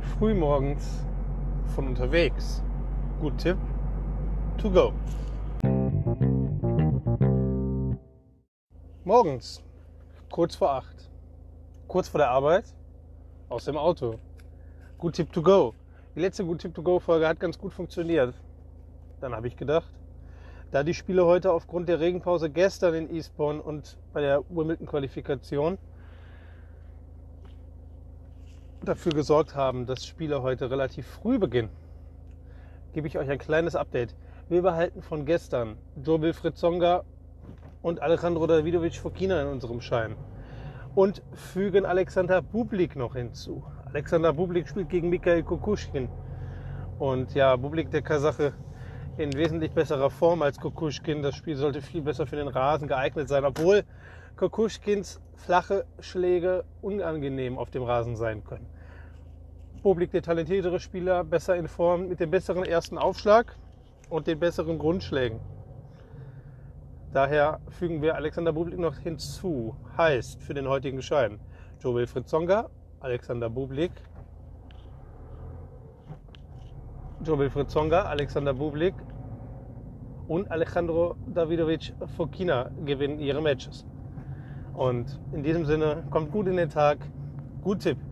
frühmorgens von unterwegs. Gut Tipp, to go. Morgens, kurz vor 8, kurz vor der Arbeit, aus dem Auto. Gut Tipp to go. Die letzte Gut Tipp to go Folge hat ganz gut funktioniert. Dann habe ich gedacht, da die Spiele heute aufgrund der Regenpause gestern in Eastbourne und bei der Wimbledon-Qualifikation dafür gesorgt haben, dass Spiele heute relativ früh beginnen, gebe ich euch ein kleines Update. Wir behalten von gestern Jo-Wilfried Tsonga und Alejandro Davidovich Fokina in unserem Schein und fügen Alexander Bublik noch hinzu. Alexander Bublik spielt gegen Mikhail Kukushkin und ja, Bublik, der Kasache, in wesentlich besserer Form als Kukushkin. Das Spiel sollte viel besser für den Rasen geeignet sein, obwohl Kukushkins flache Schläge unangenehm auf dem Rasen sein können. Bublik, der talentiertere Spieler, besser in Form, mit dem besseren ersten Aufschlag und den besseren Grundschlägen. Daher fügen wir Alexander Bublik noch hinzu. Heißt für den heutigen Schein Jo-Wilfried Tsonga, Alexander Bublik, Jo-Wilfried Tsonga, Alexander Bublik und Alejandro Davidovich Fokina gewinnen ihre Matches. Und in diesem Sinne, kommt gut in den Tag. Gut Tipp.